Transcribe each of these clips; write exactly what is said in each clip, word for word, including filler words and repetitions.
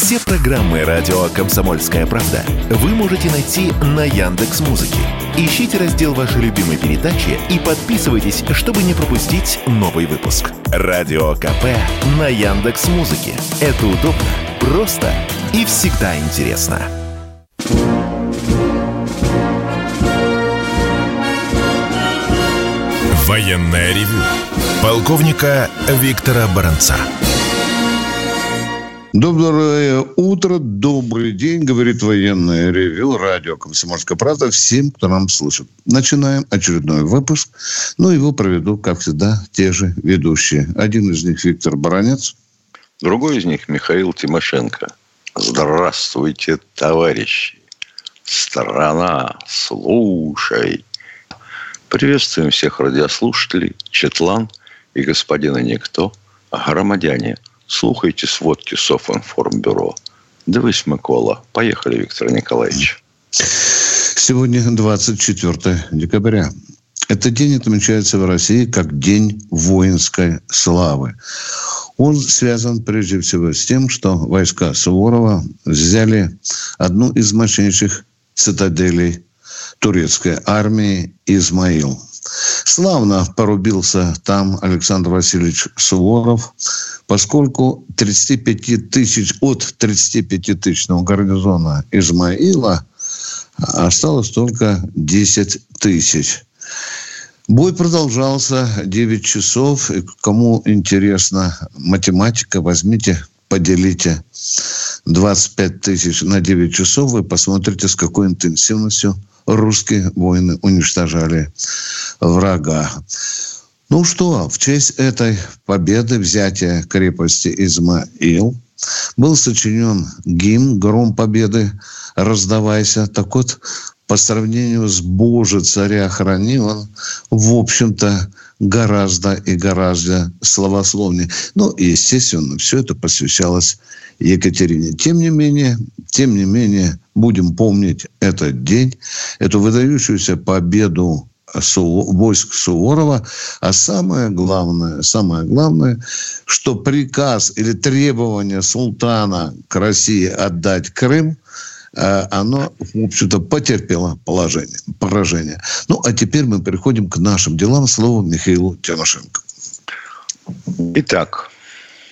Все программы радио «Комсомольская правда» вы можете найти на Яндекс.Музыке. Ищите раздел вашей любимой передачи и подписывайтесь, чтобы не пропустить новый выпуск. Радио КП на Яндекс.Музыке. Это удобно, просто и всегда интересно. Военное ревю полковника Виктора Баранца. Доброе утро, добрый день, говорит военное ревю, радио «Комсомольская правда» всем, кто нам слышит. Начинаем очередной выпуск. Ну, его проведу, как всегда, те же ведущие. Один из них Виктор Баранец. Другой из них Михаил Тимошенко. Здравствуйте, товарищи. Страна, слушай. Приветствуем всех радиослушателей, Четлан и господина Никто, громадяне. Слухайте сводки Софинформбюро. Дивись, Микола. Поехали, Виктор Николаевич. Сегодня двадцать четвёртое декабря. Этот день отмечается в России как День воинской славы. Он связан прежде всего с тем, что войска Суворова взяли одну из мощнейших цитаделей турецкой армии Измаил. Славно порубился там Александр Васильевич Суворов, поскольку тридцать пять тысяч, от тридцатипятитысячного гарнизона Измаила осталось только десять тысяч. Бой продолжался девять часов. И кому интересна математика, возьмите, поделите двадцать пять тысяч на девять часов. Вы посмотрите, с какой интенсивностью русские воины уничтожали врага. Ну что, в честь этой победы, взятия крепости Измаил, был сочинен гимн «Гром победы, раздавайся». Так вот, по сравнению с «Боже, царя храни», он, в общем-то, гораздо и гораздо словословнее. Ну, и, естественно, все это посвящалось Екатерине. Тем не менее, тем не менее, будем помнить этот день, эту выдающуюся победу войск Суворова. А самое главное, самое главное, что приказ или требование султана к России отдать Крым, оно, в общем-то, потерпело положение, поражение. Ну, а теперь мы переходим к нашим делам. Слово Михаилу Тимошенко. Итак,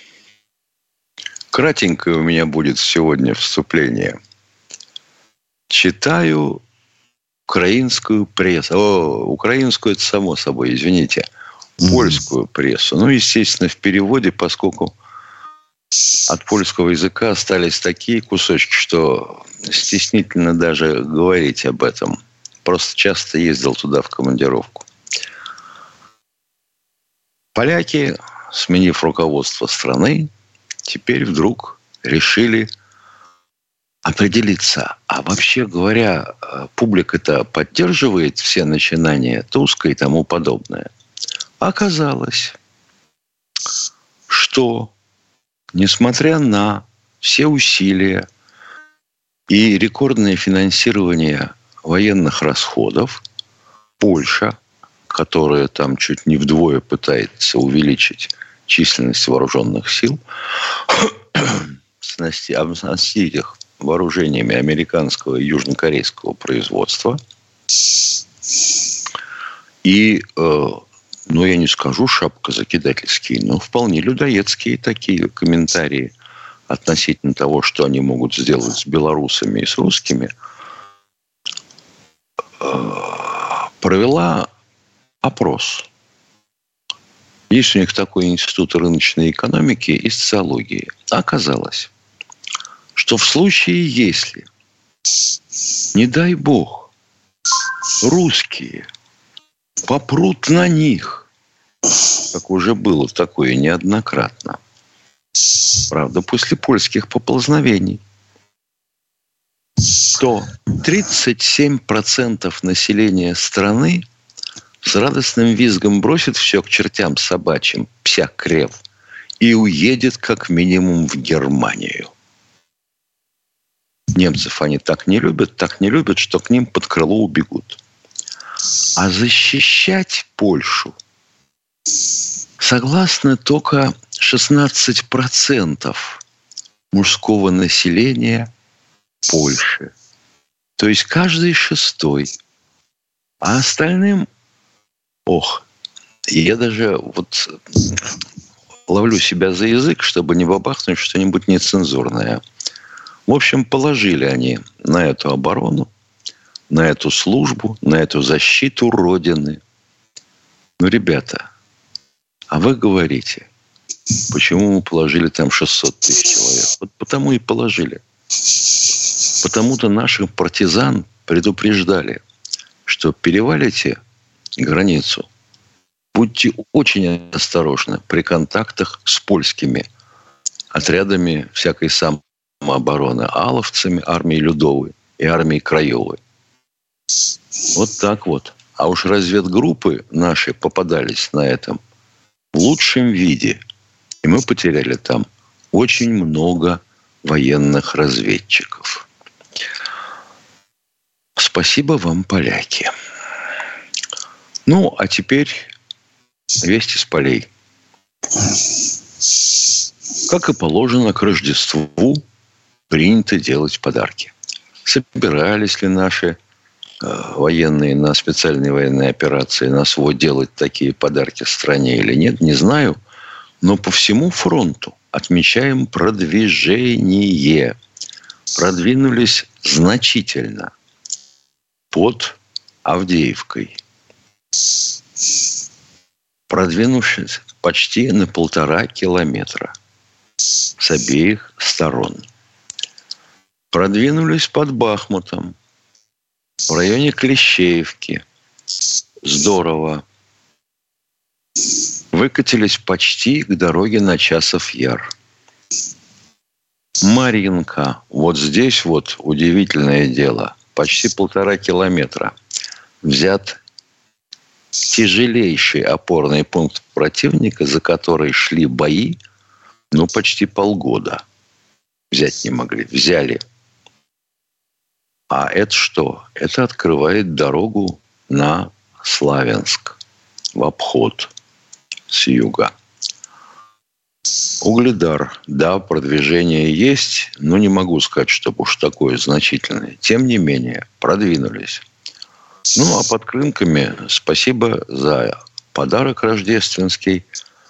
кратенькое у меня будет сегодня вступление. Читаю украинскую прессу. О, украинскую, это само собой, извините. Польскую mm-hmm. прессу. Ну, естественно, в переводе, поскольку от польского языка остались такие кусочки, что стеснительно даже говорить об этом. Просто часто ездил туда в командировку. Поляки, сменив руководство страны, теперь вдруг решили определиться. А вообще говоря, публика-то поддерживает все начинания Туска и тому подобное. Оказалось, что несмотря на все усилия и рекордное финансирование военных расходов, Польша, которая там чуть не вдвое пытается увеличить численность вооруженных сил, оснастить их вооружениями американского и южнокорейского производства. И, э, ну, я не скажу шапкозакидательские, но вполне людоедские такие комментарии относительно того, что они могут сделать с белорусами и с русскими, э, провела опрос. Есть у них такой институт рыночной экономики и социологии. Оказалось, что в случае, если, не дай бог, русские попрут на них, как уже было такое неоднократно, правда, после польских поползновений, то тридцать семь процентов населения страны с радостным визгом бросит все к чертям собачьим, псяк-крев, и уедет как минимум в Германию. Немцев они так не любят, так не любят, что к ним под крыло убегут. А защищать Польшу согласны только шестнадцать процентов мужского населения Польши. То есть каждый шестой. А остальным, ох, я даже вот ловлю себя за язык, чтобы не бабахнуть что-нибудь нецензурное. В общем, положили они на эту оборону, на эту службу, на эту защиту Родины. Ну, ребята, а вы говорите, почему мы положили там шестьсот тысяч человек? Вот потому и положили. Потому-то наших партизан предупреждали, что перевалите границу, будьте очень осторожны при контактах с польскими отрядами всякой самообороны, аловцами, армией Людовой и армией Краевой. Вот так вот. А уж разведгруппы наши попадались на этом в лучшем виде. И мы потеряли там очень много военных разведчиков. Спасибо вам, поляки. Ну, а теперь вести с полей. Как и положено, к Рождеству принято делать подарки. Собирались ли наши э, военные на специальные военные операции на СВО делать такие подарки стране или нет, не знаю. Но по всему фронту отмечаем продвижение. Продвинулись значительно под Авдеевкой. Продвинувшись почти на полтора километра с обеих сторон. Продвинулись под Бахмутом, в районе Клещеевки. Здорово. Выкатились почти к дороге на Часов-Яр. Марьинка. Вот здесь вот удивительное дело. Почти полтора километра. Взят тяжелейший опорный пункт противника, за который шли бои, ну, почти полгода. Взять не могли. Взяли. А это что? Это открывает дорогу на Славянск, в обход с юга. Угледар. Да, продвижение есть, но не могу сказать, чтобы уж такое значительное. Тем не менее, продвинулись. Ну, а под Крынками спасибо за подарок рождественский.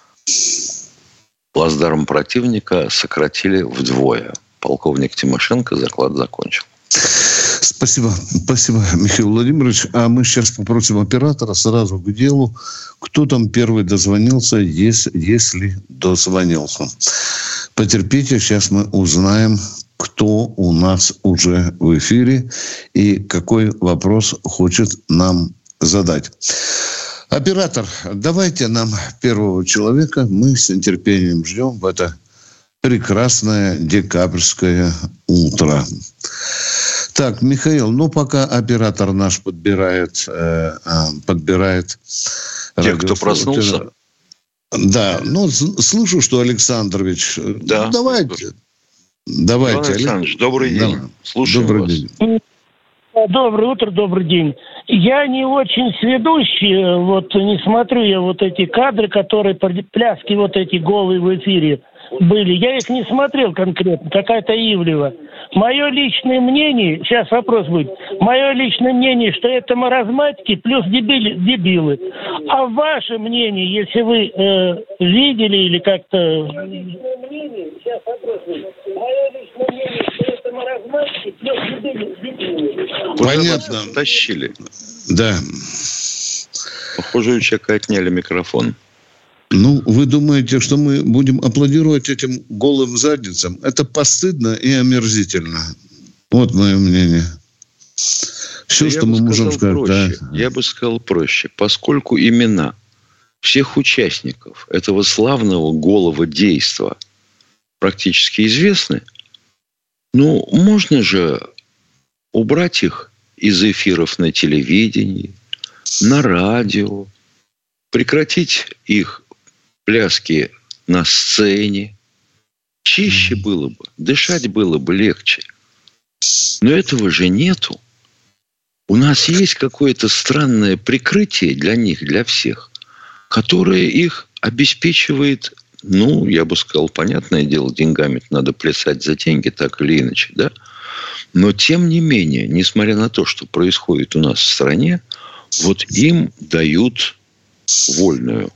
Плацдарм противника сократили вдвое. Полковник Тимошенко заклад закончил. Спасибо. Спасибо, Михаил Владимирович. А мы сейчас попросим оператора сразу к делу. Кто там первый дозвонился, если, если дозвонился. Потерпите, сейчас мы узнаем, кто у нас уже в эфире и какой вопрос хочет нам задать. Оператор, давайте нам первого человека. Мы с нетерпением ждем в это прекрасное декабрьское утро. Так, Михаил, ну пока оператор наш подбирает, э, подбирает тех, кто проснулся. Да, ну слышу, что Александрович. Да. Ну, давайте, давайте. Александрович, добрый день. Да. Слушаем добрый вас. День. Доброе утро, добрый день. Я не очень сведущий, вот не смотрю я вот эти кадры, которые пляски вот эти голые в эфире были. Я их не смотрел конкретно, какая-то Ивлева. Мое личное мнение, сейчас вопрос будет, мое личное мнение, что это маразматики плюс дебили, дебилы. А ваше мнение, если вы э, видели или как-то... Мнение, сейчас вопрос будет. Мое личное мнение, что это маразматики плюс дебили, дебилы. Понятно. Тащили. Да. Похоже, у человека отняли микрофон. Ну, вы думаете, что мы будем аплодировать этим голым задницам? Это постыдно и омерзительно. Вот мое мнение. Все, я что мы можем сказать. Проще. Да. Я бы сказал проще. Поскольку имена всех участников этого славного голого действа практически известны, ну, можно же убрать их из эфиров на телевидении, на радио, прекратить их пляски на сцене. Чище было бы, дышать было бы легче. Но этого же нету. У нас есть какое-то странное прикрытие для них, для всех, которое их обеспечивает ну, я бы сказал, понятное дело, деньгами надо плясать за деньги, так или иначе, да? Но, тем не менее, несмотря на то, что происходит у нас в стране, вот им дают вольную.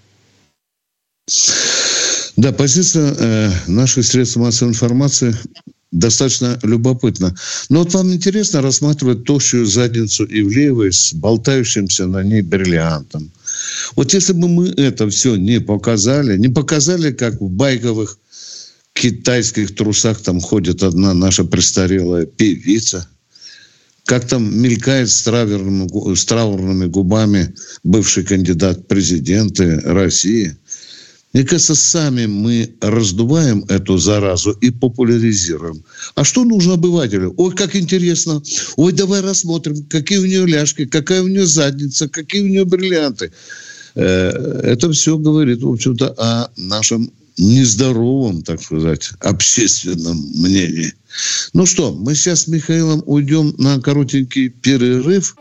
Да, позиция э, наших средств массовой информации достаточно любопытна. Но вот вам интересно рассматривать тощую задницу Ивлеевой с болтающимся на ней бриллиантом. Вот если бы мы это все не показали, не показали, как в байковых китайских трусах там ходит одна наша престарелая певица, как там мелькает с траурными, с траурными губами бывший кандидат в президенты России. Мне кажется, сами мы раздуваем эту заразу и популяризируем. А что нужно обывателю? Ой, как интересно. Ой, давай рассмотрим, какие у нее ляжки, какая у нее задница, какие у нее бриллианты. Это все говорит, в общем-то, о нашем нездоровом, так сказать, общественном мнении. Ну что, мы сейчас с Михаилом уйдем на коротенький перерыв.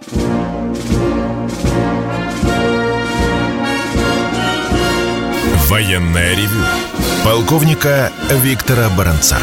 Военное ревю полковника Виктора Баранца.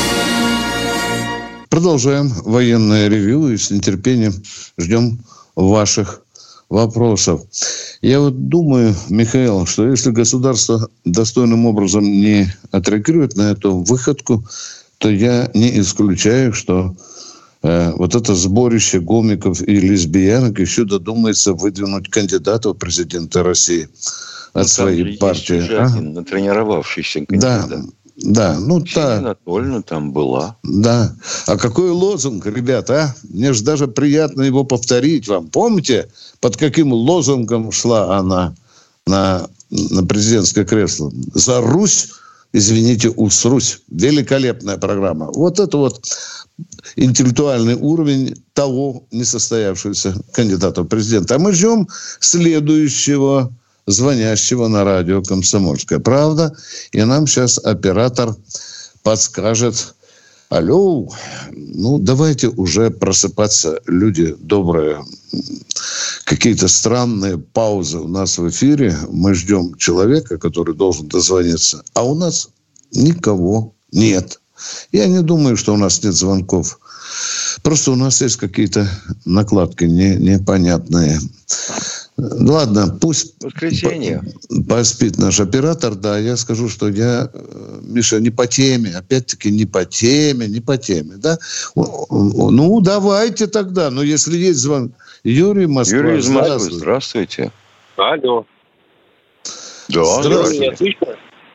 Продолжаем военное ревю и с нетерпением ждем ваших вопросов. Я вот думаю, Михаил, что если государство достойным образом не отреагирует на эту выходку, то я не исключаю, что э, вот это сборище гомиков и лесбиянок еще додумается выдвинуть кандидата в президенты России от ну, своей партии. Есть уже а? один натренировавшийся кандидат. Да. Да, ну та... Анатольевна там была. Да. А какой лозунг, ребята, а? Мне же даже приятно его повторить вам. Помните, под каким лозунгом шла она на, на президентское кресло? За Русь, извините, усрусь. Великолепная программа. Вот это вот интеллектуальный уровень того несостоявшегося кандидата в президенты. А мы ждем следующего звонящего на радио «Комсомольская правда». И нам сейчас оператор подскажет: алло, ну давайте уже просыпаться, люди добрые. Какие-то странные паузы у нас в эфире. Мы ждем человека, который должен дозвониться. А у нас никого нет. Я не думаю, что у нас нет звонков. Просто у нас есть какие-то накладки не, непонятные. Ладно, пусть воскресенье поспит наш оператор. Да, я скажу, что я, Миша, не по теме. Опять-таки не по теме, не по теме. Да? Ну, давайте тогда. Но если есть звонок. Юрий Москва. Юрий из Москвы, здравствуйте. Алло. Да, здравствуйте. здравствуйте.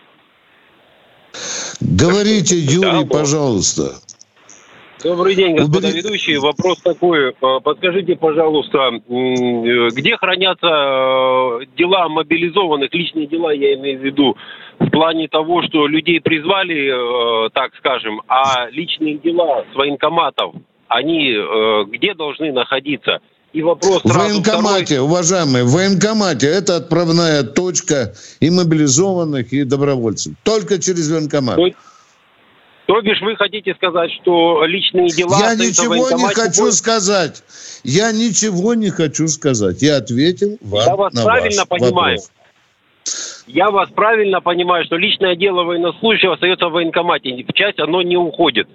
Говорите, Юрий, да, пожалуйста. Добрый день, господа Убери... ведущие. Вопрос такой. Подскажите, пожалуйста, где хранятся дела мобилизованных, личные дела, я имею в виду, в плане того, что людей призвали, так скажем, а личные дела с военкоматов, они где должны находиться? И вопрос в военкомате, второй... уважаемые, в военкомате. Это отправная точка и мобилизованных, и добровольцев. Только через военкомат. То... То бишь вы хотите сказать, что личные дела... Я ничего не хочу будет... сказать. Я ничего не хочу сказать. Я ответил вам Я вас на правильно ваш понимаю. вопрос. Я вас правильно понимаю, что личное дело военнослужащего остается в военкомате. В часть оно не уходит.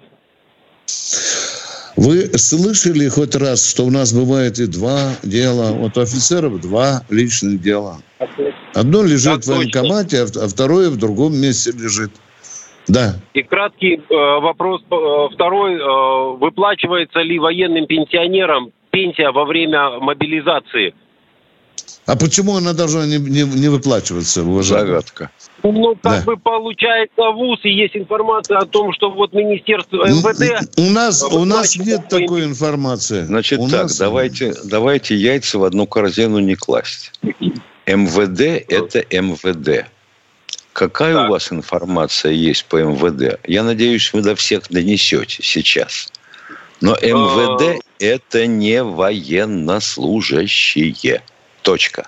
Вы слышали хоть раз, что у нас бывает и два дела? Вот у офицеров два личных дела. Одно лежит так в военкомате, точно. А второе в другом месте лежит. Да. И краткий э, вопрос э, второй. Э, выплачивается ли военным пенсионерам пенсия во время мобилизации? А почему она должна не, не, не выплачиваться, уважаемый? Загадка. Ну, как да. бы получается вуз, и есть информация о том, что вот Министерство эм вэ дэ... У нас, у нас нет своим... такой информации. Значит у так, нас... давайте, давайте яйца в одну корзину не класть. эм вэ дэ – это эм вэ дэ. Какая так. у вас информация есть по эм вэ дэ? Я надеюсь, вы до всех донесете сейчас. Но эм вэ дэ – это не военнослужащие. Точка.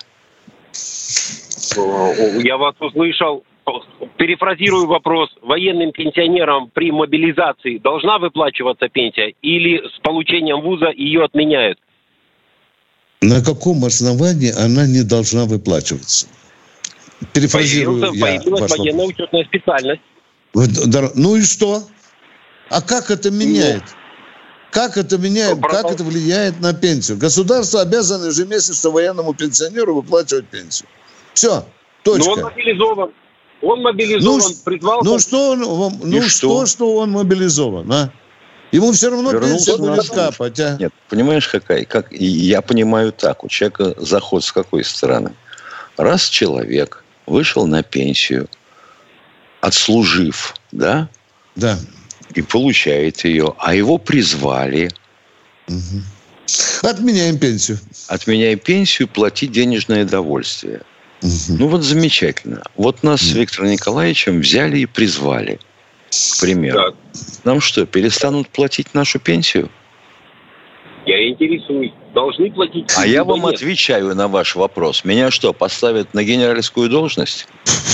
Я вас услышал. Перефразирую вопрос. Военным пенсионерам при мобилизации должна выплачиваться пенсия или с получением вуза ее отменяют? На каком основании она не должна выплачиваться? Перефразирую я появилась ваш военная вопрос. учетная специальность. Ну и что? А как это меняет? Как это меняет, Ну, как это влияет на пенсию? Государство обязано ежемесячно военному пенсионеру выплачивать пенсию. Все, точка. Но он мобилизован. Он мобилизован, ну, призвался. Ну, что, он, ну что? что, что он мобилизован, а? Ему все равно Вернулся пенсия будет службу. капать, а? Нет, понимаешь, какая? Как, я понимаю так, у человека заход с какой стороны? Раз человек вышел на пенсию, отслужив, да? Да. И получает ее, а его призвали. Угу. Отменяем пенсию. Отменяем пенсию, платить денежное довольствие. Угу. Ну вот замечательно. Вот нас с Виктором Николаевичем взяли и призвали. К примеру. Так. Нам что, перестанут платить нашу пенсию? Я интересуюсь. Должны платить. А я вам нет. отвечаю на ваш вопрос. Меня что, поставят на генеральскую должность?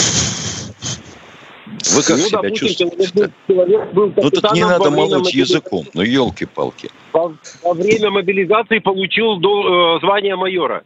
Вы как ну, себя допустим, чувствуете? Человек был Ну так не надо молоть мобили... языком. Ну елки-палки. Во, во время мобилизации получил до, э, звание майора.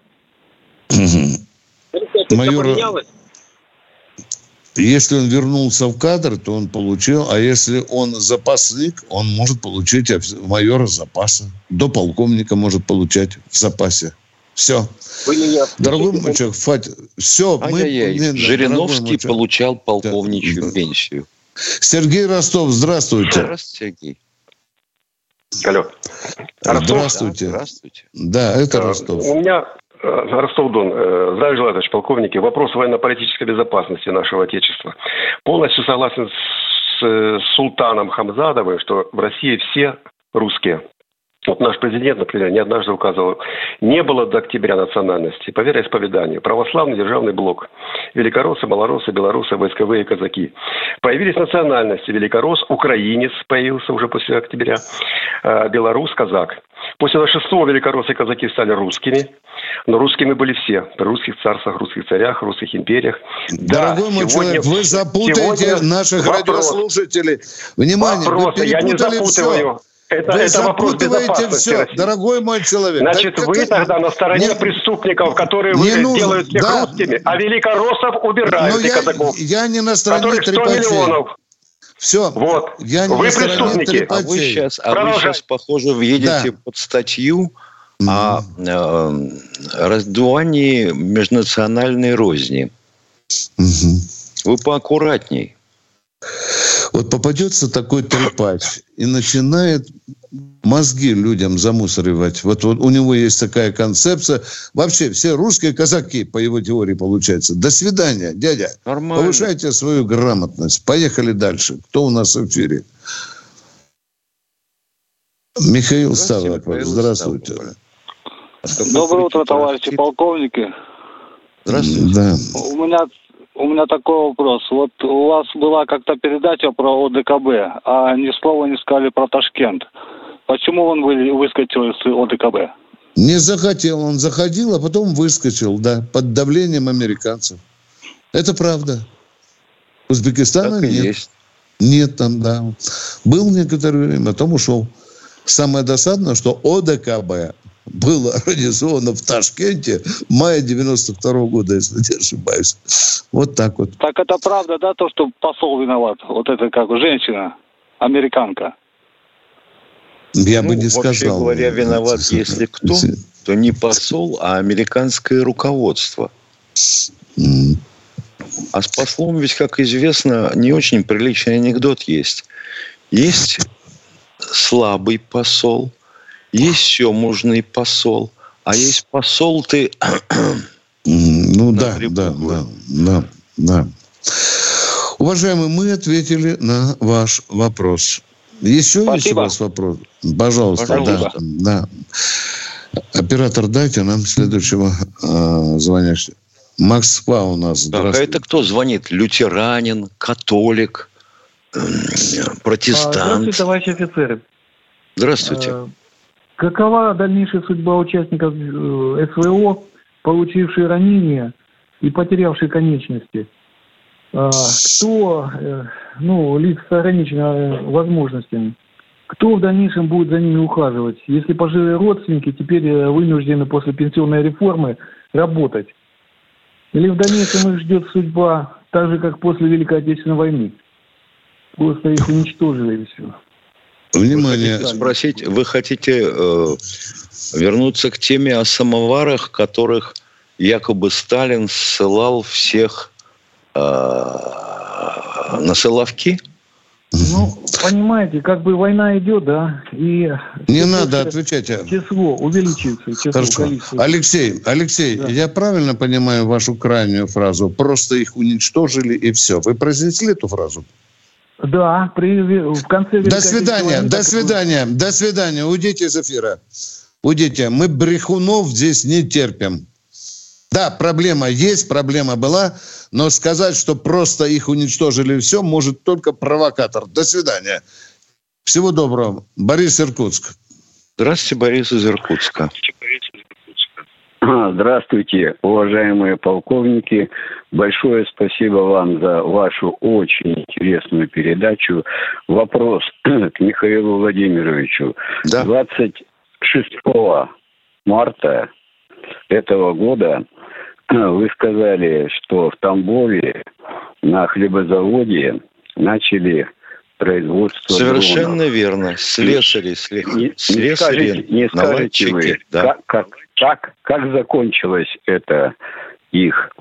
Угу. Это Майора... поменялось? Если он вернулся в кадр, то он получил, а если он запасник, он может получить майора запаса. До полковника может получать в запасе. Все. Дорогой мой человек, Фать, все. Мы, не, Жириновский получал полковничью да. пенсию. Сергей Ростов, здравствуйте. Здравствуйте, Сергей. Алло. Ростов? Здравствуйте. Да, здравствуйте. Да, это а, Ростов. У меня Ростов-Дон. Здравия желаю, товарищ полковники. Вопрос военно-политической безопасности нашего Отечества. Полностью согласен с султаном Хамзадовым, что в России все русские. Вот наш президент, например, не однажды указывал, не было до октября национальности по вероисповеданию. Православный державный блок. Великороссы, малороссы, белорусы, войсковые казаки. Появились национальности. Великорос, украинец появился уже после октября. Белорус, казак. После шестого великороссы и казаки стали русскими. Но русскими были все. При русских царствах, русских царях, русских империях. Дорогой да, мой сегодня, человек, вы запутаете наших вопрос. радиослушателей. Внимание, Вопросы. вы перепутали Я не запутываю. все. Это, вы это вопрос безопасности все, России. Дорогой мой человек. Значит, да, вы как... тогда на стороне не... преступников, которые не вы нужно. делают всех да. русскими, а великороссов убираете, я, казаков. Я не на стороне которых сто миллионов. Все. Вот. Я не вы на преступники. А вы сейчас, а вы сейчас похоже, въедете да. под статью mm-hmm. о э, раздувании межнациональной розни. Mm-hmm. Вы поаккуратней. Вот попадется такой трепач и начинает мозги людям замусоривать. Вот, вот у него есть такая концепция. Вообще все русские казаки, по его теории, получается. До свидания, дядя. Нормально. Повышайте свою грамотность. Поехали дальше. Кто у нас в эфире? Михаил Ставрополь. Здравствуйте. Доброе утро, товарищи полковники. Здравствуйте. Да. У меня... У меня такой вопрос. Вот у вас была как-то передача про ОДКБ, а ни слова не сказали про Ташкент. Почему он выскочил из ОДКБ? Не захотел. Он заходил, а потом выскочил, да, под давлением американцев. Это правда. Узбекистана так нет. Есть. Нет там, да. Был некоторое время, потом ушел. Самое досадное, что ОДКБ было организовано в Ташкенте в мае девяносто второго года, если не ошибаюсь. Вот так вот. Так это правда, да, то, что посол виноват? Вот это как женщина, американка. Я ну, бы не вообще сказал. Вообще говоря, виноват, если кто, то не посол, а американское руководство. Mm. А с послом ведь, как известно, не очень приличный анекдот есть. Есть слабый посол, есть семужный посол, а есть посол ты... Ну да, да, да, да, да. Уважаемые, мы ответили на ваш вопрос. Еще Спасибо. есть у вас вопрос? Пожалуйста, Пожалуйста. Да, да. Оператор, дайте нам следующего э, звонящего. Москва у нас. Так, а это кто звонит? Лютеранин, католик, э, протестант? Здравствуйте, товарищи офицеры. Здравствуйте. Какова дальнейшая судьба участников СВО, получившие ранения и потерявшие конечности? Кто, ну, лиц с ограниченными возможностями, кто в дальнейшем будет за ними ухаживать, если пожилые родственники теперь вынуждены после пенсионной реформы работать? Или в дальнейшем их ждет судьба, так же, как после Великой Отечественной войны? Просто их уничтожили и все. Внимание. Вы спросить, вы хотите э, вернуться к теме о самоварах, которых якобы Сталин ссылал всех э, на Соловки? Ну, понимаете, как бы война идет, да, и... Не надо отвечать. Число увеличивается, число, Хорошо. количество. Алексей, Алексей, да. Я правильно понимаю вашу крайнюю фразу? Просто их уничтожили и все. Вы произнесли эту фразу? Да, при, в конце... До свидания, до свидания, было. До свидания. Уйдите из эфира. Уйдите. Мы брехунов здесь не терпим. Да, проблема есть, проблема была, но сказать, что просто их уничтожили и все, может только провокатор. До свидания. Всего доброго. Борис, Иркутск. Здравствуйте, Борис из Иркутска. Здравствуйте, уважаемые полковники. Большое спасибо вам за вашу очень интересную передачу. Вопрос к Михаилу Владимировичу. Да. двадцать шестого марта этого года вы сказали, что в Тамбове на хлебозаводе начали производство Совершенно дронов. верно. Слесари, сле... не, слесари, не скажете, не скажете вы, да. как, как, как, как закончилось это их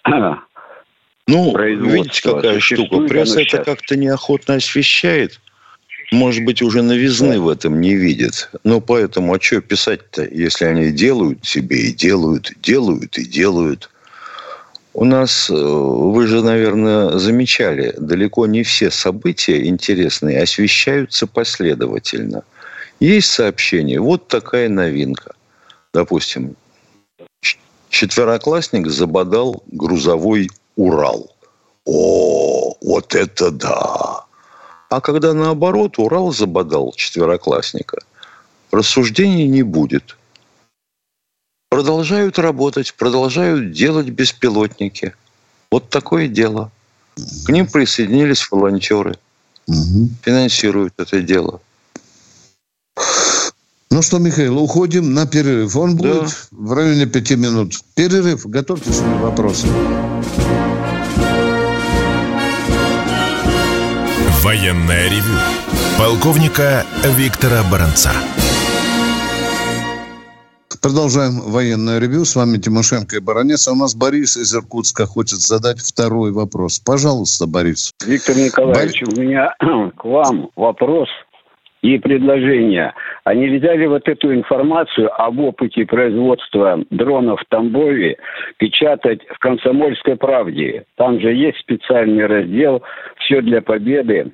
ну, производство? Видите, какая штука. Пресса это как-то неохотно освещает. Может быть, уже новизны в этом не видит. Но поэтому, а что писать-то, если они делают себе и делают, делают и делают. У нас, вы же, наверное, замечали, далеко не все события интересные освещаются последовательно. Есть сообщение, вот такая новинка. Допустим, четвероклассник забодал грузовой Урал. О, вот это да! А когда наоборот Урал забодал четвероклассника, рассуждений не будет. Продолжают работать, продолжают делать беспилотники. Вот такое дело. К ним присоединились волонтеры. Угу. Финансируют это дело. Ну что, Михаил, уходим на перерыв. Он да. будет в районе пяти минут. Перерыв. Готовьте свои вопросы. Военное ревю полковника Виктора Баранца. Продолжаем военное ревю. С вами Тимошенко и Баранец. А у нас Борис из Иркутска хочет задать второй вопрос. Пожалуйста, Борис. Виктор Николаевич, Бор... у меня к вам вопрос и предложение. А нельзя ли вот эту информацию об опыте производства дронов в Тамбове печатать в «Комсомольской правде»? Там же есть специальный раздел «Все для победы».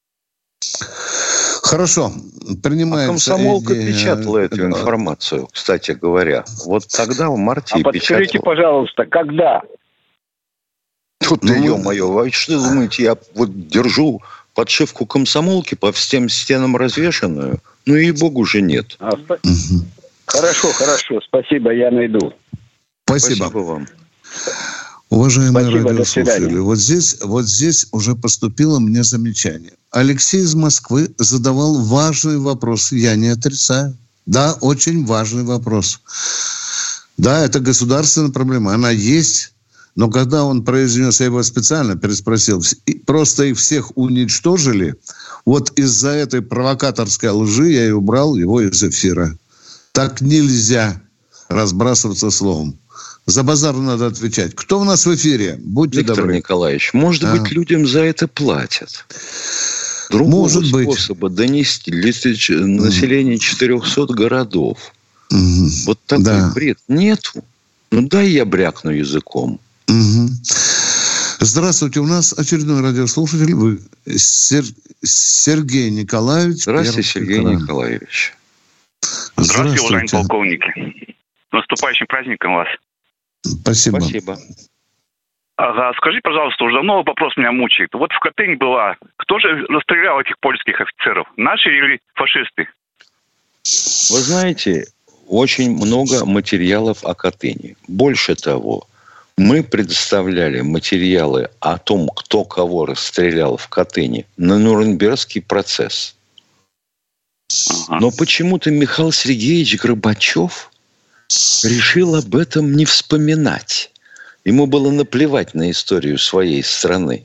Хорошо, принимается. А комсомолка идея... печатала эту информацию, кстати говоря. Вот тогда в марте а и подскажите, печатала. пожалуйста, когда? Тут, ну, ё-моё, а что думаете, я вот держу подшивку комсомолки по всем стенам развешенную? Ну, ей-богу, уже нет. А, спа... угу. Хорошо, хорошо, спасибо, я найду. Спасибо, спасибо вам. Уважаемые Спасибо, радиослушатели, вот здесь, вот здесь уже поступило мне замечание. Алексей из Москвы задавал важный вопрос. Я не отрицаю. Да, очень важный вопрос. Да, это государственная проблема. Она есть. Но когда он произнес, я его специально переспросил, просто их всех уничтожили, вот из-за этой провокаторской лжи я и убрал его из эфира. Так нельзя разбрасываться словом. За базар надо отвечать. Кто у нас в эфире? Будьте Виктор добры. Николаевич, может а. быть, людям за это платят. Другого может способа быть. Донести для населения четырехсот городов. Угу. Вот такой да. бред нету. Ну, дай я брякну языком. Угу. Здравствуйте, у нас очередной радиослушатель. Вы Сер... Сергей Николаевич. Здравствуйте, Сергей экран. Николаевич. Здравствуйте, Здравствуйте, уважаемые полковники. С наступающим праздником вас. Спасибо. Спасибо. Ага, скажи, пожалуйста, уже давно вопрос меня мучает. Вот в Катынь была. Кто же расстрелял этих польских офицеров? Наши или фашисты? Вы знаете, очень много материалов о Катыни. Больше того, мы предоставляли материалы о том, кто кого расстрелял в Катыни на Нюрнбергский процесс. Ага. Но почему-то Михаил Сергеевич Горбачев решил об этом не вспоминать. Ему было наплевать на историю своей страны.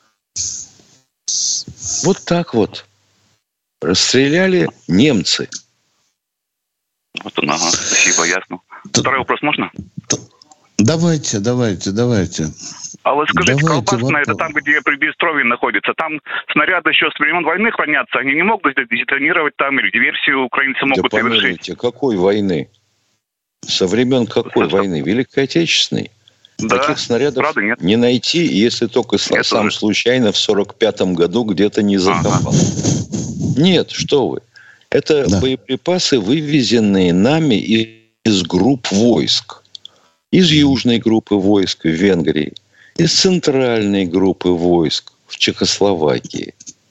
Вот так вот. Расстреляли немцы. Вот, ага, спасибо, ясно. Второй вопрос можно? Давайте, давайте, давайте. А вот скажите, Давайте, Колбасная, вот... это там, где Приднестровье находится, там снаряды еще с времен войны хранятся, они не могут детонировать там, или диверсию украинцы могут да совершить? Помилуйте, какой войны? Со времен какой это войны? Великой Отечественной? Да, таких снарядов правда, нет. не найти, если только нет, сам уже. случайно в сорок пятом году где-то не закопал. Ага. Нет, что вы. Это да. боеприпасы, вывезенные нами из групп войск. Из южной группы войск в Венгрии, из центральной группы войск в Чехословакии.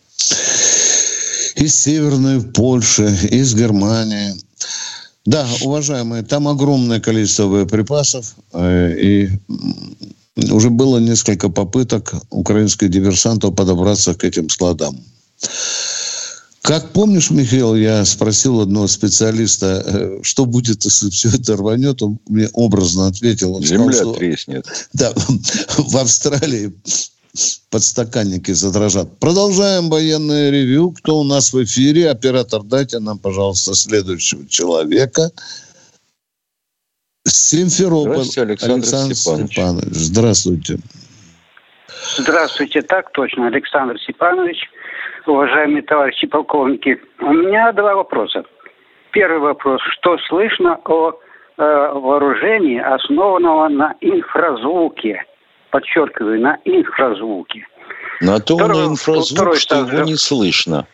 Из северной в Польше, из Германии. Да, уважаемые, там огромное количество боеприпасов. И уже было несколько попыток украинских диверсантов подобраться к этим складам. Как помнишь, Михаил, я спросил одного специалиста, что будет, если все это рванет, он мне образно ответил. Он Земля сказал, что, треснет. Да, в Австралии подстаканники задрожат. Продолжаем военное ревью. Кто у нас в эфире? Оператор, дайте нам, пожалуйста, следующего человека. Симферополь. Здравствуйте, Александр, Александр Степанович. Степанович. Здравствуйте. Здравствуйте, так точно, Александр Степанович. Уважаемые товарищи полковники, у меня два вопроса. Первый вопрос. Что слышно о э, вооружении, основанного на инфразвуке? Подчеркиваю, на инфразвуке. На то Второй, на инфразвук, что также... его не слышно.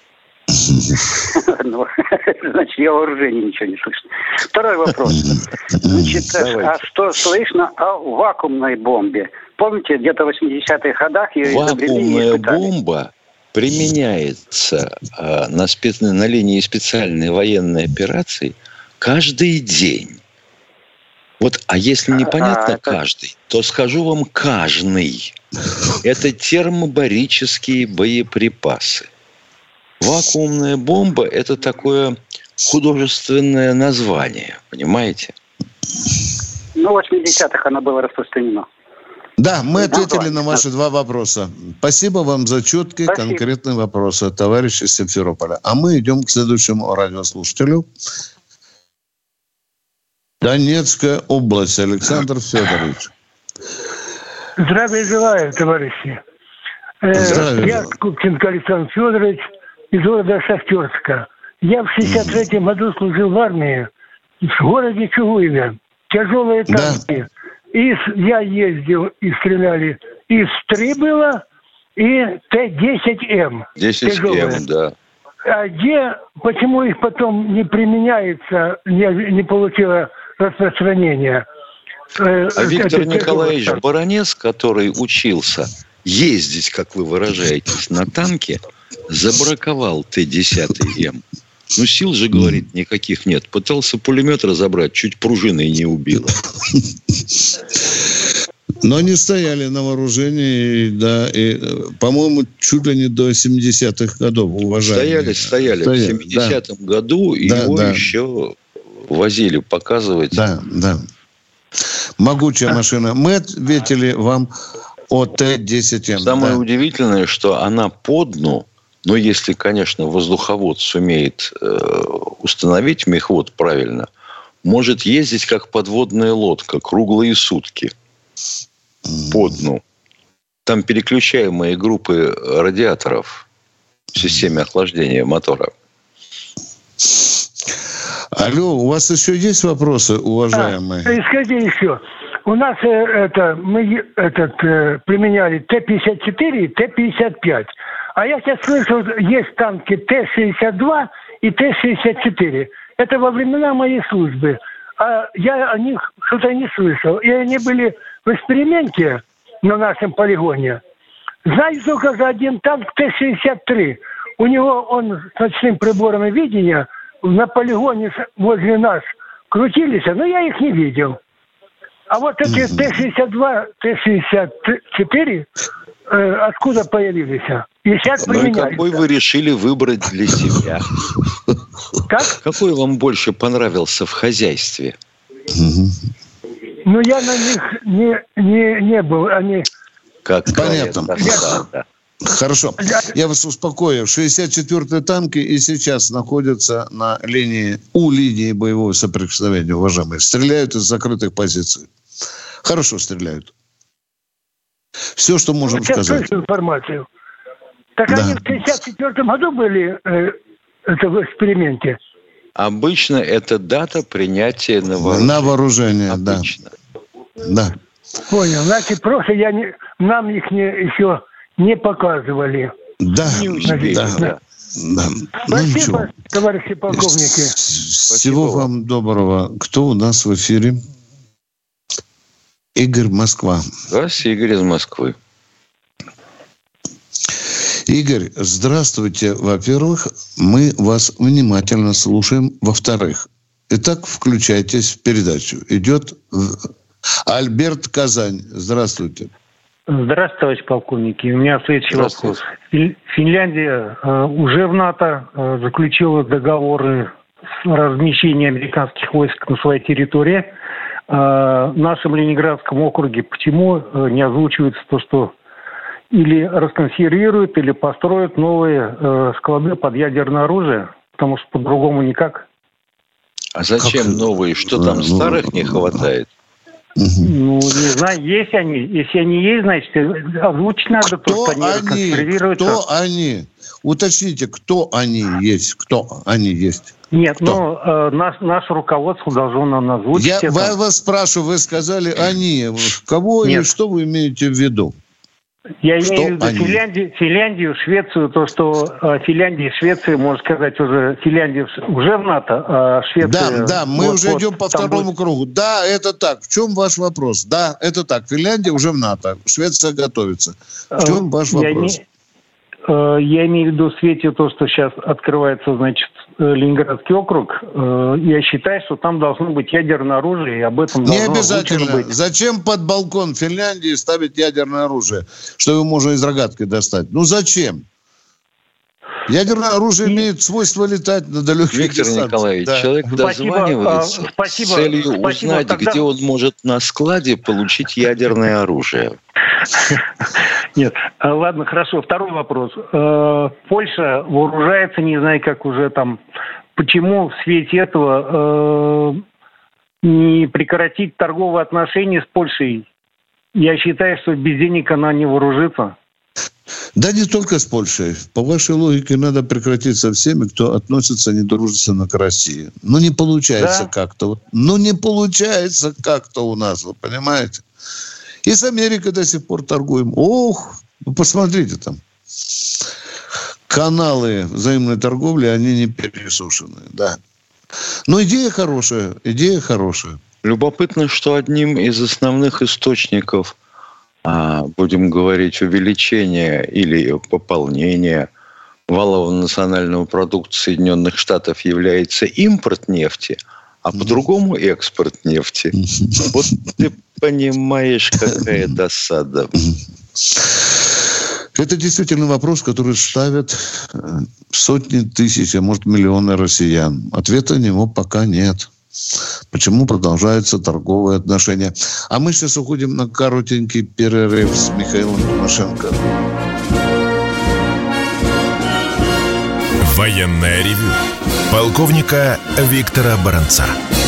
Значит, я о вооружении ничего не слышно. Второй вопрос. Значит, а что слышно о вакуумной бомбе? Помните, где-то в восьмидесятых годах ее изобрели и испытали. Вакуумная бомба применяется э, на, спец... на линии специальной военной операции каждый день. Вот, а если непонятно а, каждый, это... то скажу вам каждый. Это термобарические боеприпасы. Вакуумная бомба – это такое художественное название, понимаете? Ну, в восьмидесятых она была распространена. Да, мы ответили на ваши два вопроса. Спасибо вам за четкие, Спасибо. конкретные вопросы, товарищи из Симферополя. А мы идем к следующему радиослушателю. Донецкая область. Александр Федорович. Здравия желаю, товарищи. Здравия. Я Купченко Александр Федорович из города Шахтерска. Я в шестьдесят третьем году служил в армии в городе Чугуеве. Тяжелые танки. Да. И я ездил, и стреляли. И С-три было, и Т десять М. десять М, да. А где, почему их потом не применяется, не, не получило распространения? А Виктор Николаевич Баранец, который учился ездить, как вы выражаетесь, на танке, забраковал Т десять М. Ну, сил же, говорит, никаких нет. Пытался пулемет разобрать, чуть пружиной не убило. Но они стояли на вооружении, да, и, по-моему, чуть ли не до семидесятых годов, уважаемые. Стояли, стояли. стояли. В семидесятом да. году да, его да. еще возили показывать. Да, да. Могучая машина. Мы ответили вам о Т десять М. Самое да. удивительное, что она по дну, но если, конечно, воздуховод сумеет э, установить мехвод правильно, может ездить как подводная лодка круглые сутки по дну. Там переключаемые группы радиаторов в системе охлаждения мотора. Алло, у вас еще есть вопросы, уважаемые? А, исходи еще. У нас э, это мы этот э, применяли Т пятьдесят четыре и Т пятьдесят пять. А я сейчас слышал, есть танки Т шестьдесят два и Т шестьдесят четыре. Это во времена моей службы. А я о них что-то не слышал. И они были в эксперименте на нашем полигоне. Знаю только за один танк Т шестьдесят три. У него он с ночным прибором видения на полигоне возле нас крутились, но я их не видел. А вот эти Т шестьдесят два, Т шестьдесят четыре э, откуда появились? И сейчас ну и какой вы решили выбрать для себя? Как? Какой вам больше понравился в хозяйстве? Но я на них не, не, не был. Они... Как Понятно. Да, да, да. Хорошо. Я вас успокою. шестьдесят четвёртые танки и сейчас находятся на линии, у линии боевого соприкосновения, уважаемые. Стреляют из закрытых позиций. Хорошо стреляют. Все, что можем вот сейчас сказать. слышу информацию. Так Да. они в шестьдесят четвёртом году были э, это в эксперименте? Обычно это дата принятия на вооружение. На вооружение, Обычно. да. Да. Понял. Значит, просто я не, нам их не, еще не показывали. Да, Не успели, да, да. да. Ну, Спасибо, ничего. товарищи полковники. Всего вам доброго. Кто у нас в эфире? Игорь, Москва. Здравствуйте, Игорь из Москвы. Игорь, здравствуйте. Во-первых, мы вас внимательно слушаем. Во-вторых, итак, включайтесь в передачу. Идет Альберт, Казань. Здравствуйте. Здравствуйте, товарищ полковник. И у меня следующий вопрос. Финляндия э, уже в НАТО э, заключила договоры с размещением американских войск на своей территории. Э, в нашем Ленинградском округе почему э, не озвучивается то, что или расконсервируют, или построят новые э, склады под ядерное оружие? Потому что по-другому никак. А зачем как? новые? Что там, старых не хватает? Ну, не знаю, есть они. Если они есть, значит, озвучить надо кто то, что они расконсервируются. Кто они? Уточните, кто они есть? Кто они есть? Нет, кто? ну, э, наш, наше руководство должно нам озвучить. Я это. вас спрашиваю, вы сказали они. Кого Нет. или что вы имеете в виду? Я что имею в виду Финляндию, Финляндию, Швецию, то, что э, Финляндия и Швеция, можно сказать, уже Финляндия уже в НАТО, а Швеция... Да, да, мы вот, уже вот, идем по второму будет... кругу. Да, это так. В чем ваш вопрос? Да, это так. Финляндия уже в НАТО, Швеция готовится. В чем ваш я вопрос? Не... Я имею в виду в свете то, что сейчас открывается, значит, Ленинградский округ. Я считаю, что там должно быть ядерное оружие, и об этом не должно обязательно. быть. Зачем под балкон Финляндии ставить ядерное оружие, что его можно из рогатки достать? Ну зачем? Ядерное оружие и... имеет свойство летать на далекие Виктор дистанции. Николаевич, да. Человек спасибо, дозванивается а, спасибо, с целью спасибо, узнать, тогда... где он может на складе получить ядерное оружие. Нет, ладно, хорошо. Второй вопрос. Польша вооружается, не знаю, как уже там. Почему в свете этого не прекратить торговые отношения с Польшей? Я считаю, что без денег она не вооружится. Да не только с Польшей. По вашей логике надо прекратить со всеми, кто относится недружественно к России. Но не получается да? как-то. Ну не получается как-то у нас, вы понимаете? И с Америкой до сих пор торгуем. Ох, ну посмотрите там. Каналы взаимной торговли, они не пересушены. Да. Но идея хорошая. Идея хорошая. Любопытно, что одним из основных источников, будем говорить, увеличения или пополнения валового национального продукта Соединенных Штатов является импорт нефти, а по-другому экспорт нефти. Вот ты понимаешь, какая досада. Это действительно вопрос, который ставят сотни тысяч, а может миллионы россиян. Ответа на него пока нет. Почему продолжаются торговые отношения? А мы сейчас уходим на коротенький перерыв с Михаилом Тимошенко. Военное ревю полковника Виктора Баранца.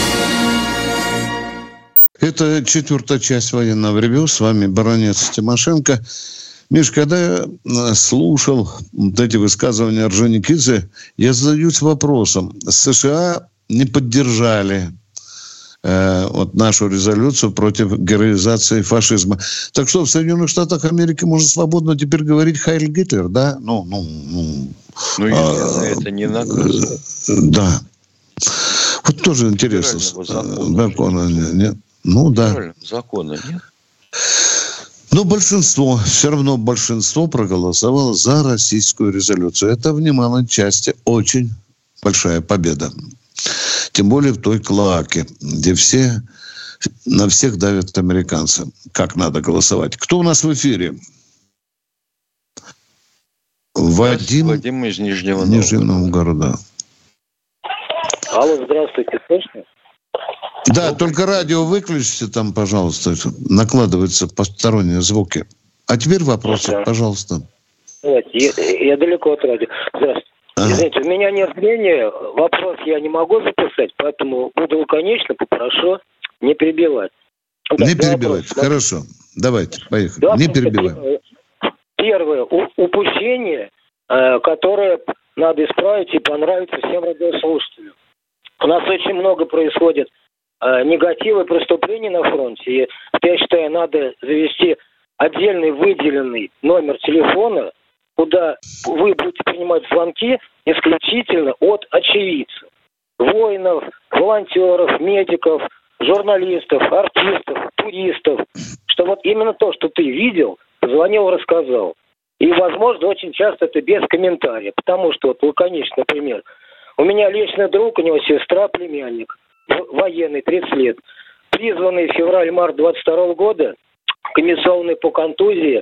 Это четвертая часть военного ревю. С вами Баранец Тимошенко. Миш, когда я слушал вот эти высказывания Орджоникидзе, я задаюсь вопросом. США не поддержали э, вот нашу резолюцию против героизации фашизма. Так что в Соединенных Штатах Америки можно свободно теперь говорить «Хайль Гитлер», да? Ну, ну, ну. Ну, если а, это не наказано. Да. Вот тоже интересно. Закона нет. Ну, да. Закона нет. Но большинство, все равно большинство проголосовало за российскую резолюцию. Это в немалой части очень большая победа. Тем более в той клоаке, где все, на всех давят американцы. Как надо голосовать? Кто у нас в эфире? Вадим, Вадим из Нижнего, Нижнего Новгорода. Алло, здравствуйте, слышно? Да, только радио выключите там, пожалуйста. Накладываются посторонние звуки. А теперь вопросы, да. Пожалуйста. Давайте. Я, я далеко от радио. Здравствуйте. Ага. Извините, у меня нет зрения. Вопрос я не могу записать, поэтому буду лаконично, попрошу не перебивать. Да, не перебивать. Вопрос. Хорошо. Давайте, поехали. Да, не перебиваем. Первое. Упущение, которое надо исправить и понравится всем радиослушателям. У нас очень много происходит негатива и преступлений на фронте. И я считаю, надо завести отдельный выделенный номер телефона, куда вы будете принимать звонки исключительно от очевидцев. Воинов, волонтеров, медиков, журналистов, артистов, туристов. Что вот именно то, что ты видел, позвонил, рассказал. И, возможно, очень часто это без комментария. Потому что, вот лаконичный пример. У меня личный друг, у него сестра, племянник, военный, тридцать лет, призванный в февраль-март двадцать второго года, комиссованный по контузии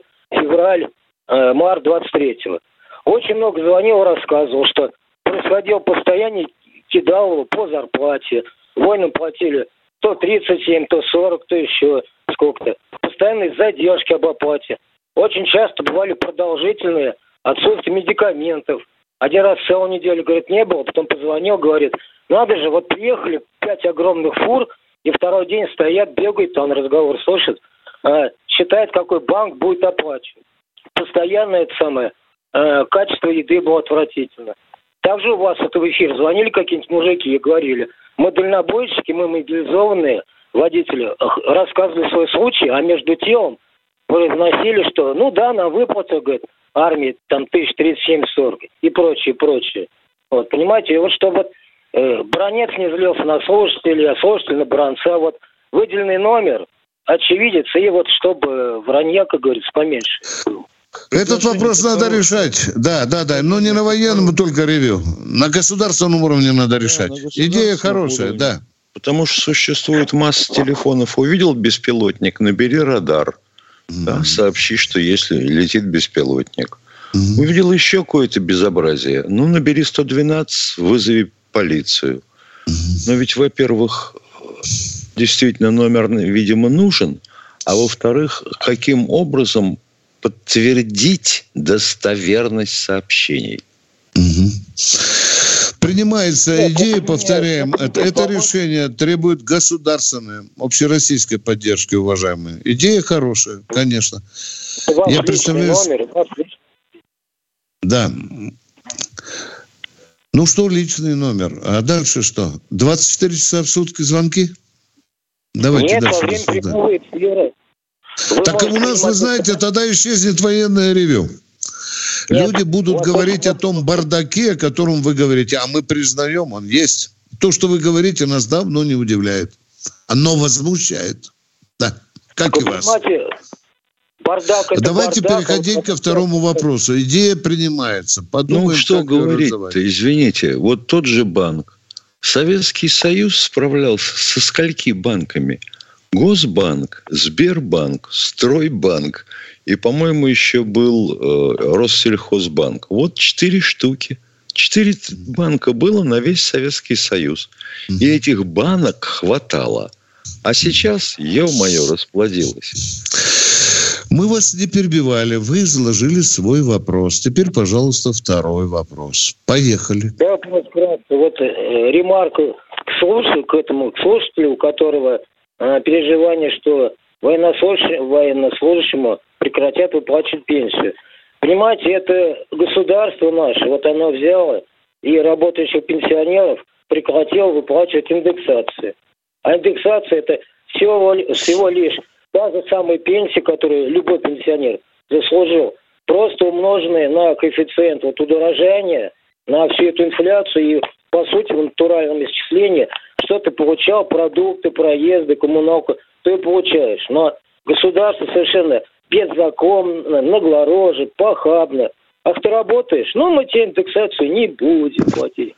февраль-март двадцать третьего. Очень много звонил, рассказывал, что происходило постоянно, кидал его по зарплате. Воинам платили то тридцать семь, то сорок, то еще сколько-то. Постоянные задержки об оплате. Очень часто бывали продолжительные отсутствие медикаментов. Один раз целую неделю, говорит, не было, потом позвонил, говорит, надо же, вот приехали пять огромных фур, и второй день стоят, бегают, он разговор слышит, э, считает, какой банк будет оплачивать. Постоянно это самое, э, качество еды было отвратительно. Также у вас это в эфир звонили какие-нибудь мужики и говорили, мы дальнобойщики, мы мобилизованные водители, рассказывали свой случай, а между тем произносили, что, ну да, нам выплатят, говорит, армии там тысяч тридцать семь сорок и прочее, прочее. Вот, понимаете, и вот чтобы э, бранец не злился на слушателей, а слушатель на бранца, вот выделенный номер, очевидец, и вот чтобы вранья, как говорится, поменьше было. Этот вопрос надо решать. Да, да, да. Но не на военном только ревью. На государственном уровне надо решать. Да, идея хорошая, уровне. Да. Потому что существует масса телефонов. Увидел беспилотник, набери радар. Mm-hmm. Да, сообщи, что если летит беспилотник. Mm-hmm. Увидел еще какое-то безобразие. Ну, набери сто двенадцать, вызови полицию. Mm-hmm. Но ведь, во-первых, действительно номер, видимо, нужен. А во-вторых, каким образом подтвердить достоверность сообщений? Угу. Принимается идея, повторяем, это, это решение требует государственной, общероссийской поддержки, уважаемые. Идея хорошая, конечно. Я представляю... Номер, да. Ну что личный номер? А дальше что? двадцать четыре часа в сутки звонки? Давайте Нет, дальше. Во время прямого эфира. Вы так у нас, вы знаете, тогда исчезнет военное ревю. Нет, люди будут вот говорить вот, о том бардаке, о котором вы говорите, а мы признаем, он есть. То, что вы говорите, нас давно не удивляет. Оно возмущает. Да, как и вас. Бардак это Давайте бардак, переходить а ко второму вопросу. Идея принимается. Подумаем, ну, что говорить-то, извините. Вот тот же банк. Советский Союз справлялся со скольки банками? Госбанк, Сбербанк, Стройбанк и, по-моему, еще был э, Россельхозбанк. Вот четыре штуки. Четыре банка было на весь Советский Союз. Mm-hmm. И этих банок хватало. А сейчас, ё-моё, расплодилось. Мы вас не перебивали. Вы изложили свой вопрос. Теперь, пожалуйста, второй вопрос. Поехали. Да, вот кратко. Вот э, ремарку к слушателю, к этому к слушателю, у которого переживание, что военнослужащему, военнослужащему прекратят выплачивать пенсию. Понимаете, это государство наше, вот оно взяло и работающих пенсионеров прекратило выплачивать индексацию. А индексация это всего, всего лишь та же самая пенсия, которую любой пенсионер заслужил, просто умноженная на коэффициент вот удорожания, на всю эту инфляцию и, по сути, в натуральном исчислении что ты получал, продукты, проезды, коммуналку, ты получаешь. Но государство совершенно беззаконно, наглорожит, похабно. А ты работаешь, ну, мы тебе индексацию не будем платить.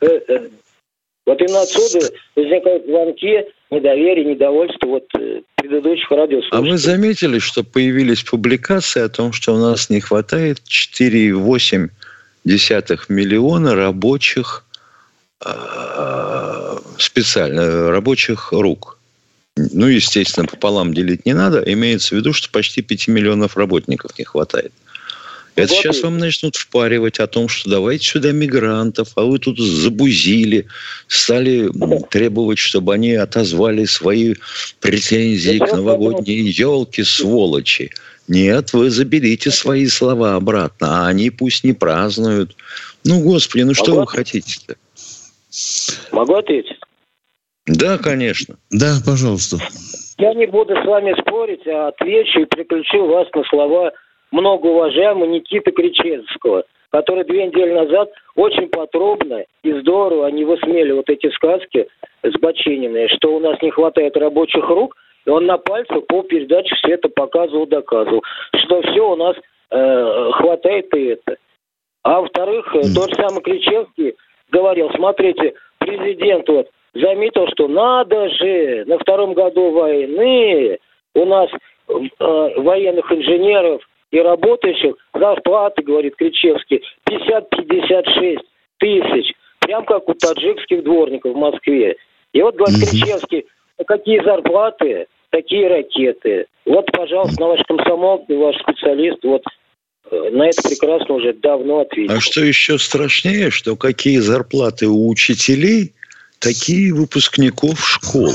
Вот именно отсюда возникают звонки, недоверие, недовольство вот предыдущих радиослушателей. А вы заметили, что появились публикации о том, что у нас не хватает четыре целых восемь десятых миллиона рабочих специально рабочих рук. ну, естественно, пополам делить не надо, имеется в виду, что почти пяти миллионов работников не хватает. Это вот сейчас вам начнут впаривать о том, что давайте сюда мигрантов, а вы тут забузили, стали требовать, чтобы они отозвали свои претензии к новогодней елке, сволочи. Нет, вы заберите свои слова обратно, а они пусть не празднуют. Ну, господи, ну что Могу вы хотите-то? Могу ответить? Да, конечно. Да, пожалуйста. Я не буду с вами спорить, а отвечу и переключу вас на слова многоуважаемого Никиты Кричевского, который две недели назад очень подробно и здорово они высмеяли вот эти сказки сбочиненные, что у нас не хватает рабочих рук, и он на пальцах по передаче все это показывал, доказывал, что все у нас э, хватает и это. А во-вторых, mm. тот же самый Кричевский говорил, смотрите, президент вот заметил, что надо же, на втором году войны у нас э, военных инженеров и работающих зарплаты, говорит Кричевский, пятьдесят-пятьдесят шесть тысяч, прям как у таджикских дворников в Москве. И вот, говорит mm-hmm. Кричевский, какие зарплаты, такие ракеты. Вот, пожалуйста, на ваш комсомол, ваш специалист, вот на это прекрасно уже давно ответил. А что еще страшнее, что какие зарплаты у учителей, такие выпускников школ.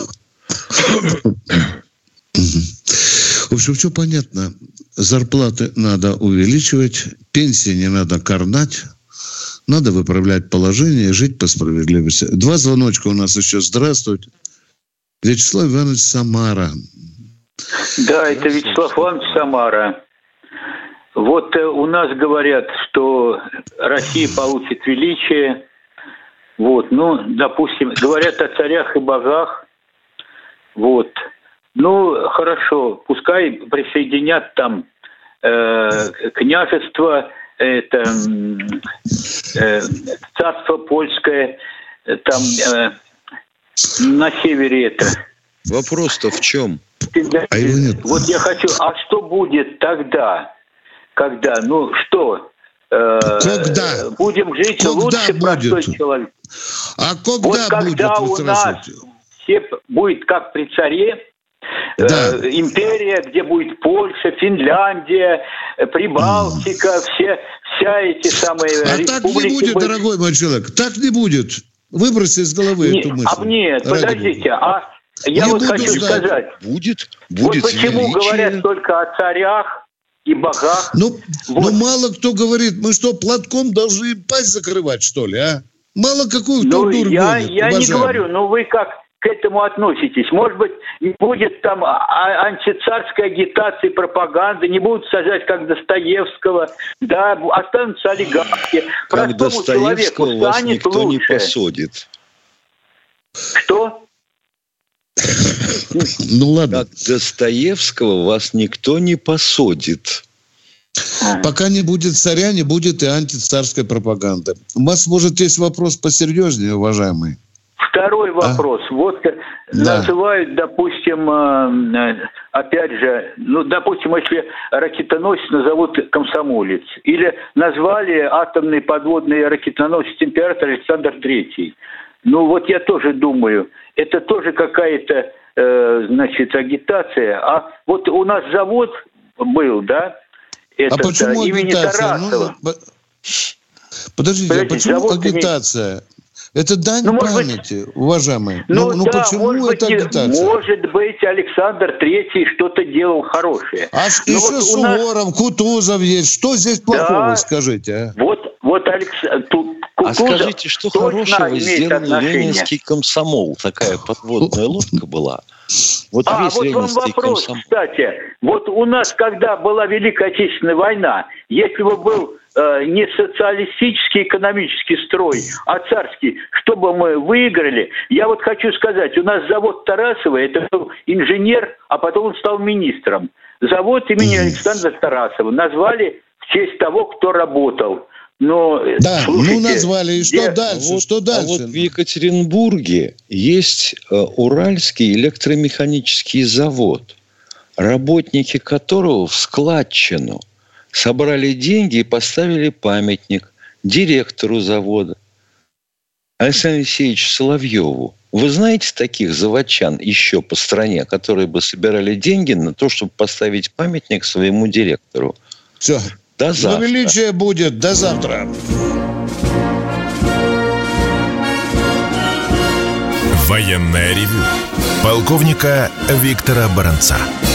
В общем, все понятно. Зарплаты надо увеличивать, пенсии не надо карнать, надо выправлять положение, жить по справедливости. Два звоночка у нас еще. Здравствуйте. Вячеслав Иванович, Самара. Да, это Вячеслав Иванович, Самара. Вот э, у нас говорят, что Россия получит величие. Вот, ну, допустим, говорят о царях и богах. Вот. Ну, хорошо, пускай присоединят там э, княжество, это, э, царство польское, там э, на севере это. Вопрос-то в чем? А его нет. Вот я хочу, а что будет тогда, когда, ну что, э, когда? Будем жить когда лучше, будет? Простой человек. А когда вот когда будет, у нас все будет как при царе, да. э, империя, где будет Польша, Финляндия, Прибалтика, mm. все, вся эти самые а республики. Так не будет, будет... дорогой мой человек, так не будет. Выброси из головы нет, эту мысль. А нет, подождите, а я не вот хочу ждать. сказать. Будет, будет вот почему величие. Говорят только о царях и богах. Ну, вот. ну, мало кто говорит, мы что, платком должны пасть закрывать, что ли, а? Мало какую кто ну, дур я, гонит, я не уважаемый. говорю, но вы как к этому относитесь? Может быть, не будет там антицарской агитации, пропаганды, не будут сажать, как Достоевского, да, останутся олигархи. Как Достоевского вас никто лучше. не посадит. Что? Ну ладно. Как Достоевского вас никто не посадит. Пока не будет царя, не будет и антицарской пропаганды. У вас, может, есть вопрос посерьезнее, уважаемый? Второй вопрос. А? Вот да. называют, допустим, опять же, ну, допустим, если ракетоносец назовут комсомолец, или назвали атомный подводный ракетоносец император Александр Третий. Ну, вот я тоже думаю, это тоже какая-то, э, значит, агитация. А вот у нас завод был, да, этот, а почему имени агитация? Тарасова. Ну, подождите, Подождите, а почему агитация? Это дань ну, памяти, быть, уважаемые. Ну, ну, ну да, почему может это быть, агитация? Может быть, Александр Третий что-то делал хорошее. А но еще вот Суворов, нас... Кутузов есть. Что здесь плохого, да, скажите? А? Вот, вот Александр... А скажите, что хорошего сделал ленинский комсомол? Такая подводная лодка была. Вот а, весь вот вам вопрос, комсомол. Кстати. Вот у нас, когда была Великая Отечественная война, если бы был э, не социалистический экономический строй, а царский, чтобы мы выиграли, я вот хочу сказать, у нас завод Тарасова, это был инженер, а потом он стал министром. Завод имени Александра Тарасова назвали в честь того, кто работал. Но, да, слушайте, ну назвали. И что я, дальше? Вот, что дальше? А вот в Екатеринбурге есть э, Уральский электромеханический завод, работники которого в складчину собрали деньги и поставили памятник директору завода Александру Алексеевичу Соловьеву. Вы знаете таких заводчан еще по стране, которые бы собирали деньги на то, чтобы поставить памятник своему директору? Все. До завтра. Величие будет. До завтра. Военное ревю полковника Виктора Баранца.